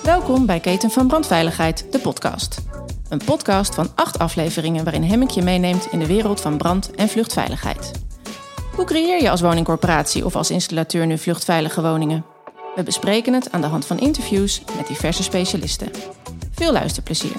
Welkom bij Keten van Brandveiligheid, de podcast. Een podcast van 8 afleveringen waarin Hemmink je meeneemt in de wereld van brand- en vluchtveiligheid. Hoe creëer je als woningcorporatie of als installateur nu vluchtveilige woningen? We bespreken het aan de hand van interviews met diverse specialisten. Veel luisterplezier.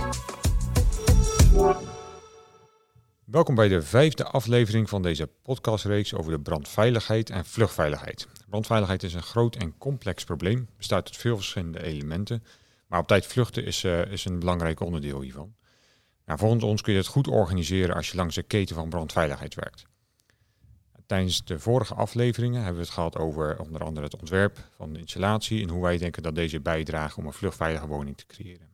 Welkom bij de 5e aflevering van deze podcastreeks over de brandveiligheid en vluchtveiligheid. Brandveiligheid is een groot en complex probleem, bestaat uit veel verschillende elementen, maar op tijd vluchten is een belangrijk onderdeel hiervan. Nou, volgens ons kun je het goed organiseren als je langs de keten van brandveiligheid werkt. Tijdens de vorige afleveringen hebben we het gehad over onder andere het ontwerp van de installatie en hoe wij denken dat deze bijdragen om een vluchtveilige woning te creëren.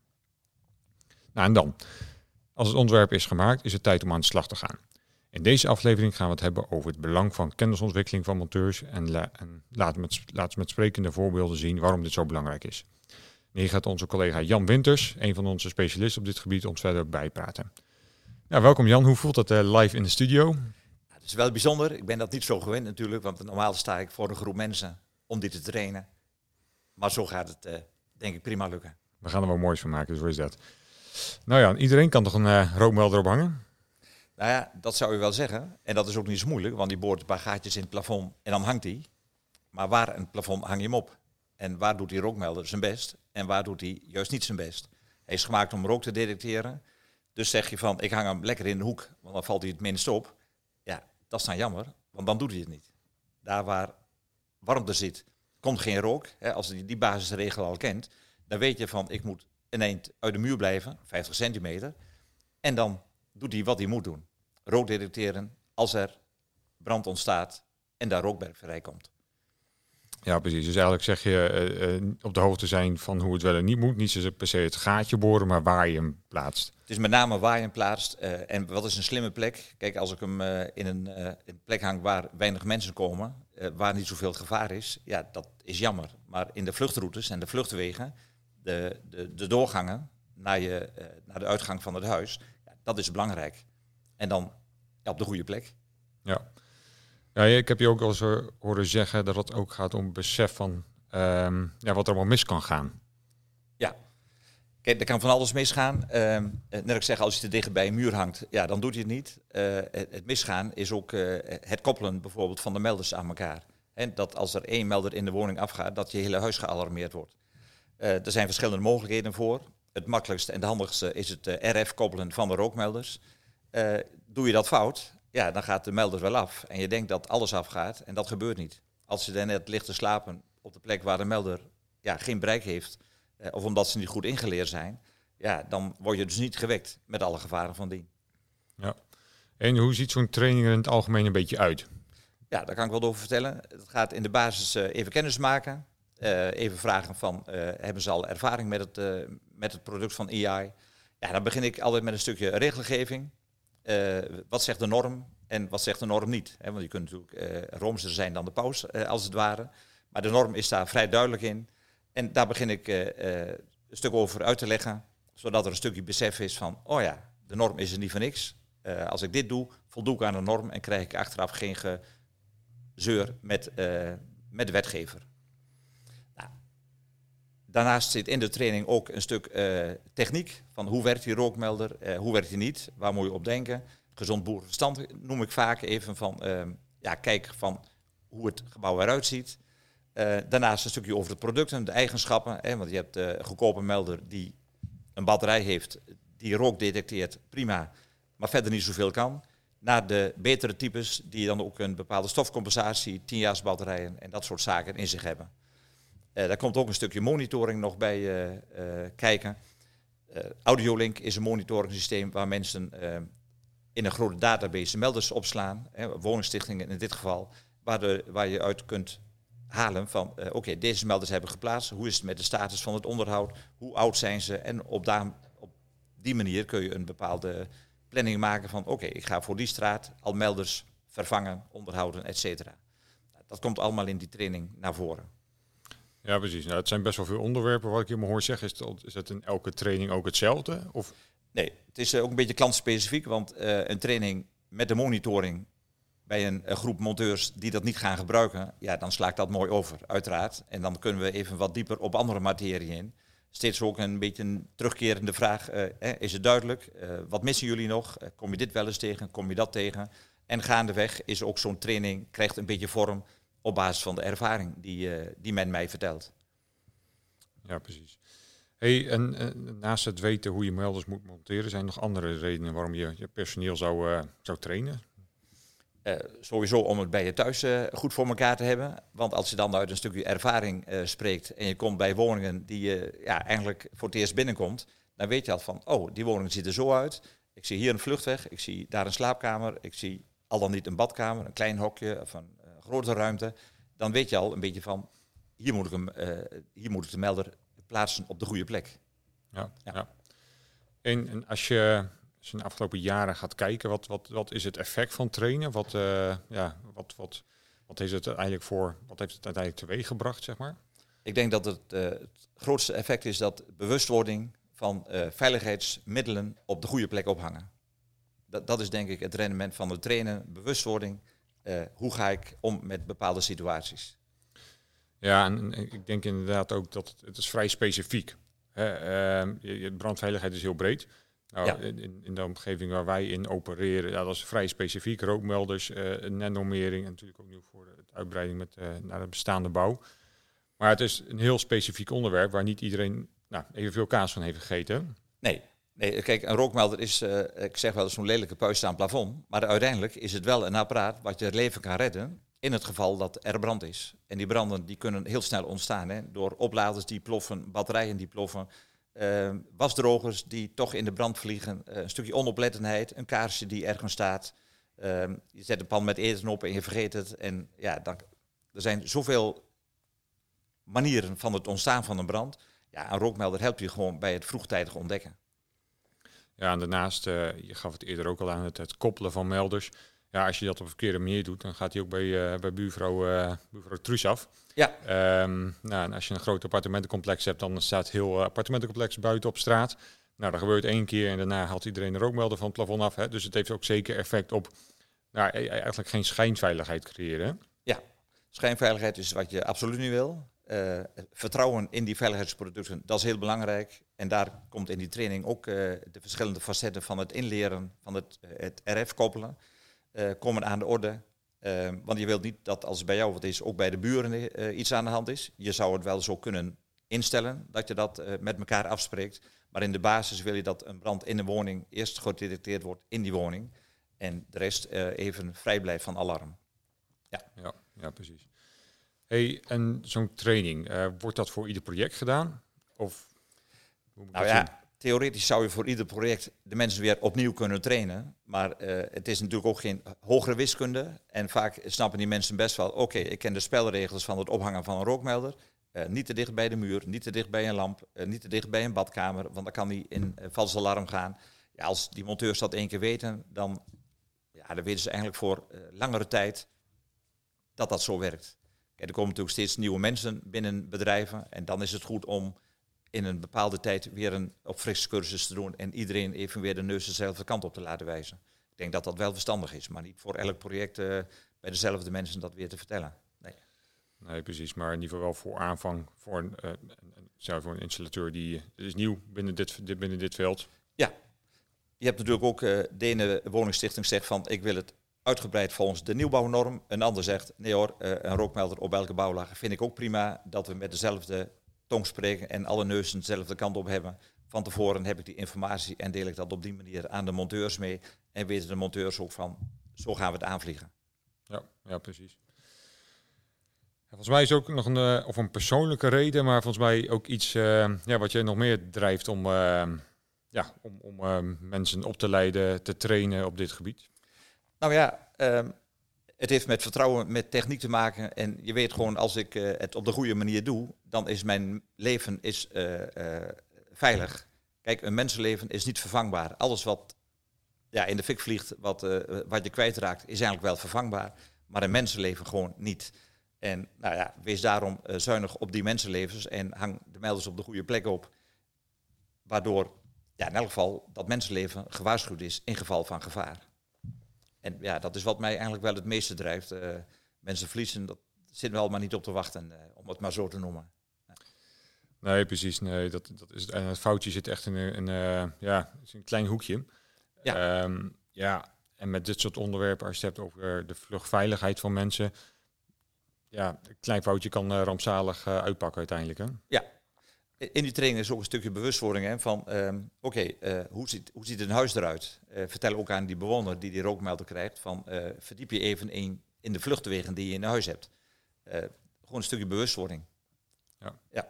Nou en dan, als het ontwerp is gemaakt, is het tijd om aan de slag te gaan. In deze aflevering gaan we het hebben over het belang van kennisontwikkeling van monteurs en laten we met sprekende voorbeelden zien waarom dit zo belangrijk is. En hier gaat onze collega Jan Winters, een van onze specialisten op dit gebied, ons verder bijpraten. Nou, welkom Jan, hoe voelt dat live in de studio? Het is wel bijzonder. Ik ben dat niet zo gewend natuurlijk, want normaal sta ik voor een groep mensen om dit te trainen. Maar zo gaat het denk ik prima lukken. We gaan er wel moois van maken, dus zo is dat. Nou ja, iedereen kan toch een rookmelder ophangen? Nou ja, dat zou je wel zeggen. En dat is ook niet zo moeilijk, want die boort een paar gaatjes in het plafond en dan hangt hij. Maar waar in het plafond hang je hem op? En waar doet die rookmelder zijn best? En waar doet hij juist niet zijn best? Hij is gemaakt om rook te detecteren. Dus zeg je van, ik hang hem lekker in de hoek, want dan valt hij het minst op. Ja, dat is dan jammer, want dan doet hij het niet. Daar waar warmte zit, komt geen rook. Als je die basisregel al kent, dan weet je van, ik moet een eind uit de muur blijven, 50 centimeter. En dan doet hij wat hij moet doen. Rook detecteren als er brand ontstaat en daar rook bij vrijkomt. Ja, precies. Dus eigenlijk zeg je op de hoogte zijn van hoe het wel en niet moet. Niet zozeer per se het gaatje boren, maar waar je hem plaatst. Het is met name waar je hem plaatst en wat is een slimme plek. Kijk, als ik hem in een plek hang waar weinig mensen komen, waar niet zoveel gevaar is, ja, dat is jammer. Maar in de vluchtroutes en de vluchtwegen, de doorgangen naar de uitgang van het huis, ja, dat is belangrijk. En dan op de goede plek. Ja. Ja, ik heb je ook al eens horen zeggen dat het ook gaat om besef van wat er allemaal mis kan gaan. Ja, kijk, er kan van alles misgaan. Net als ik zeg, als je te dicht bij een muur hangt, ja, dan doet hij het niet. Het misgaan is ook het koppelen bijvoorbeeld van de melders aan elkaar. En dat als er 1 melder in de woning afgaat, dat je hele huis gealarmeerd wordt. Er zijn verschillende mogelijkheden voor. Het makkelijkste en de handigste is het RF-koppelen van de rookmelders. Doe je dat fout, ja, dan gaat de melder wel af. En je denkt dat alles afgaat en dat gebeurt niet. Als je dan net ligt te slapen op de plek waar de melder geen bereik heeft, of omdat ze niet goed ingeleerd zijn, ja, dan word je dus niet gewekt met alle gevaren van dien. Ja. En hoe ziet zo'n training er in het algemeen een beetje uit? Ja, daar kan ik wel over vertellen. Het gaat in de basis even kennis maken. Even vragen van, hebben ze al ervaring met het product van EI? Ja, dan begin ik altijd met een stukje regelgeving. Wat zegt de norm en wat zegt de norm niet? Want je kunt natuurlijk roomser zijn dan de paus, als het ware. Maar de norm is daar vrij duidelijk in. En daar begin ik een stuk over uit te leggen, zodat er een stukje besef is van, oh ja, de norm is er niet voor niks. Als ik dit doe, voldoe ik aan de norm en krijg ik achteraf geen gezeur met de wetgever. Nou, daarnaast zit in de training ook een stuk techniek, van hoe werkt die rookmelder, hoe werkt die niet, waar moet je op denken. Gezond boerenverstand noem ik vaak even van, kijk van hoe het gebouw eruit ziet. Daarnaast een stukje over de producten, de eigenschappen. Want je hebt een goedkope melder die een batterij heeft, die rook detecteert, prima, maar verder niet zoveel kan. Naar de betere types die dan ook een bepaalde stofcompensatie, 10-jaars batterijen en dat soort zaken in zich hebben. Daar komt ook een stukje monitoring nog bij kijken. Audiolink is een monitoringsysteem waar mensen in een grote database melders opslaan, woningstichtingen in dit geval, waar je uit kunt halen van oké, deze melders hebben geplaatst, hoe is het met de status van het onderhoud, hoe oud zijn ze en op die manier kun je een bepaalde planning maken van oké, ik ga voor die straat al melders vervangen, onderhouden, et cetera. Dat komt allemaal in die training naar voren. Ja, precies. Nou, het zijn best wel veel onderwerpen. Wat ik je me hoor zeggen, is dat in elke training ook hetzelfde? Of? Nee, het is ook een beetje klantspecifiek, want een training met de monitoring bij een groep monteurs die dat niet gaan gebruiken, ja, dan sla ik dat mooi over, uiteraard. En dan kunnen we even wat dieper op andere materie in. steeds ook een beetje een terugkerende vraag. Is het duidelijk? Wat missen jullie nog? Kom je dit wel eens tegen? Kom je dat tegen? En gaandeweg is ook zo'n training, krijgt een beetje vorm op basis van de ervaring die men mij vertelt. Ja, precies. Hey, en naast het weten hoe je melders moet monteren, zijn er nog andere redenen waarom je personeel zou trainen? Sowieso om het bij je thuis goed voor elkaar te hebben. Want als je dan uit een stukje ervaring spreekt en je komt bij woningen die je eigenlijk voor het eerst binnenkomt, dan weet je al van, die woning ziet er zo uit. Ik zie hier een vluchtweg, ik zie daar een slaapkamer, ik zie al dan niet een badkamer, een klein hokje of een grote ruimte. Dan weet je al een beetje van, hier moet ik de melder plaatsen op de goede plek. Ja. En als je de afgelopen jaren gaat kijken, wat is het effect van trainen? Wat heeft het uiteindelijk teweeggebracht, zeg maar? Ik denk dat het grootste effect is dat bewustwording van veiligheidsmiddelen op de goede plek ophangen. Dat is denk ik het rendement van het trainen, bewustwording. Hoe ga ik om met bepaalde situaties? Ja, en ik denk inderdaad ook dat het is vrij specifiek. Brandveiligheid is heel breed. Nou, in de omgeving waar wij in opereren, dat is vrij specifiek. Rookmelders, NEN-normering en natuurlijk ook nu voor de uitbreiding naar de bestaande bouw. Maar het is een heel specifiek onderwerp waar niet iedereen evenveel kaas van heeft gegeten. Nee, kijk, een rookmelder is, ik zeg wel eens zo'n lelijke puist aan het plafond. Maar uiteindelijk is het wel een apparaat wat je het leven kan redden in het geval dat er brand is. En die branden die kunnen heel snel ontstaan door opladers die ploffen, batterijen die ploffen. Wasdrogers die toch in de brand vliegen, een stukje onoplettendheid, een kaarsje die ergens staat. Je zet een pan met eten op en je vergeet het. En er zijn zoveel manieren van het ontstaan van een brand. Ja, een rookmelder helpt je gewoon bij het vroegtijdig ontdekken. Ja, en daarnaast, je gaf het eerder ook al aan, het koppelen van melders. Ja, als je dat op een verkeerde manier doet, dan gaat hij ook bij buurvrouw Truus af. Ja. En als je een groot appartementencomplex hebt, dan staat heel appartementencomplex buiten op straat. Nou, dat gebeurt 1 keer en daarna haalt iedereen de rookmelder van het plafond af. Hè? Dus het heeft ook zeker effect op eigenlijk geen schijnveiligheid creëren. Hè? Ja, schijnveiligheid is wat je absoluut niet wil. Vertrouwen in die veiligheidsproducten, dat is heel belangrijk. En daar komt in die training ook de verschillende facetten van het inleren, van het RF koppelen, komen aan de orde. Want je wilt niet dat als bij jou wat is, ook bij de buren iets aan de hand is. Je zou het wel zo kunnen instellen dat je dat met elkaar afspreekt. Maar in de basis wil je dat een brand in de woning eerst gedetecteerd wordt in die woning. En de rest even vrij blijft van alarm. Ja, precies. Hey, en zo'n training, wordt dat voor ieder project gedaan? Of hoe moet theoretisch zou je voor ieder project de mensen weer opnieuw kunnen trainen. Maar het is natuurlijk ook geen hogere wiskunde. En vaak snappen die mensen best wel, oké, ik ken de spelregels van het ophangen van een rookmelder. Niet te dicht bij de muur, niet te dicht bij een lamp, niet te dicht bij een badkamer, want dan kan die in vals alarm gaan. Ja, als die monteurs dat 1 keer weten, dan weten ze eigenlijk voor langere tijd dat zo werkt. Kijk, er komen natuurlijk steeds nieuwe mensen binnen bedrijven en dan is het goed om in een bepaalde tijd weer een opfriscursus te doen en iedereen even weer de neus dezelfde kant op te laten wijzen. Ik denk dat dat wel verstandig is, maar niet voor elk project bij dezelfde mensen dat weer te vertellen. Nee, precies. Maar in ieder geval wel voor aanvang voor een installateur die is nieuw binnen dit veld. Ja, je hebt natuurlijk ook de ene woningstichting zegt van ik wil het uitgebreid volgens de nieuwbouwnorm. Een ander zegt nee hoor, een rookmelder op elke bouwlaag vind ik ook prima dat we met dezelfde tong spreken en alle neuzen dezelfde kant op hebben. Van tevoren heb ik die informatie en deel ik dat op die manier aan de monteurs mee. En weten de monteurs ook van, zo gaan we het aanvliegen. Ja, precies. Volgens mij is ook nog een persoonlijke reden, maar volgens mij ook iets wat je nog meer drijft om mensen op te leiden, te trainen op dit gebied. Nou ja, het heeft met vertrouwen, met techniek te maken. En je weet gewoon, als ik het op de goede manier doe, dan is mijn leven veilig. Kijk, een mensenleven is niet vervangbaar. Alles wat in de fik vliegt, wat je kwijtraakt, is eigenlijk wel vervangbaar. Maar een mensenleven gewoon niet. En wees daarom zuinig op die mensenlevens en hang de melders op de goede plek op. Waardoor in elk geval dat mensenleven gewaarschuwd is in geval van gevaar. En dat is wat mij eigenlijk wel het meeste drijft. Mensen verliezen, dat zitten we allemaal niet op te wachten, om het maar zo te noemen. Nee, precies. Nee, dat is het. En het foutje zit echt in een klein hoekje. Ja. En met dit soort onderwerpen, als je het hebt over de vluchtveiligheid van mensen, ja, een klein foutje kan rampzalig uitpakken uiteindelijk. Hè? Ja. In die training is ook een stukje bewustwording hè, van, hoe ziet een huis eruit? Vertel ook aan die bewoner die rookmelder krijgt, van verdiep je even in de vluchtwegen die je in huis hebt. Gewoon een stukje bewustwording. Ja.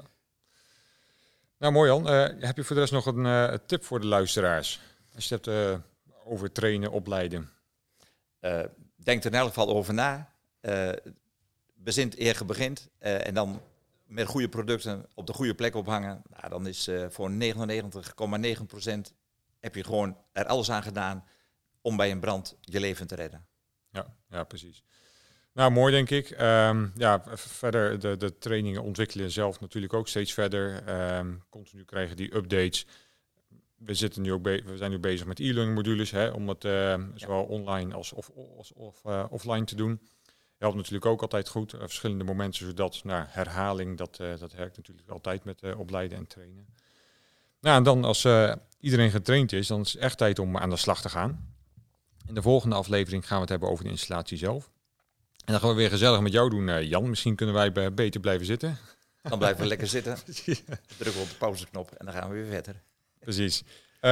Nou, mooi Jan. Heb je voor de rest nog een tip voor de luisteraars? Als je het hebt over trainen, opleiden. Denk er in elk geval over na. Bezint eer je begint. En dan met goede producten op de goede plek ophangen. Nou, dan is voor 99,9% heb je gewoon er alles aan gedaan om bij een brand je leven te redden. Ja, precies. Nou, mooi denk ik. Verder de trainingen ontwikkelen zelf natuurlijk ook steeds verder. Continu krijgen die updates. We zijn nu bezig met e-learning modules, om het zowel online als offline te doen. Helpt natuurlijk ook altijd goed. Verschillende momenten, zodat herhaling, dat werkt natuurlijk altijd met opleiden en trainen. Nou, en dan als iedereen getraind is, dan is het echt tijd om aan de slag te gaan. In de volgende aflevering gaan we het hebben over de installatie zelf. En dan gaan we weer gezellig met jou doen, Jan. Misschien kunnen wij beter blijven zitten. Dan blijven we lekker zitten. Drukken we op de pauzeknop en dan gaan we weer verder. Precies.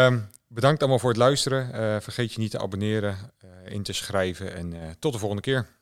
Bedankt allemaal voor het luisteren. Vergeet je niet te abonneren, in te schrijven en tot de volgende keer.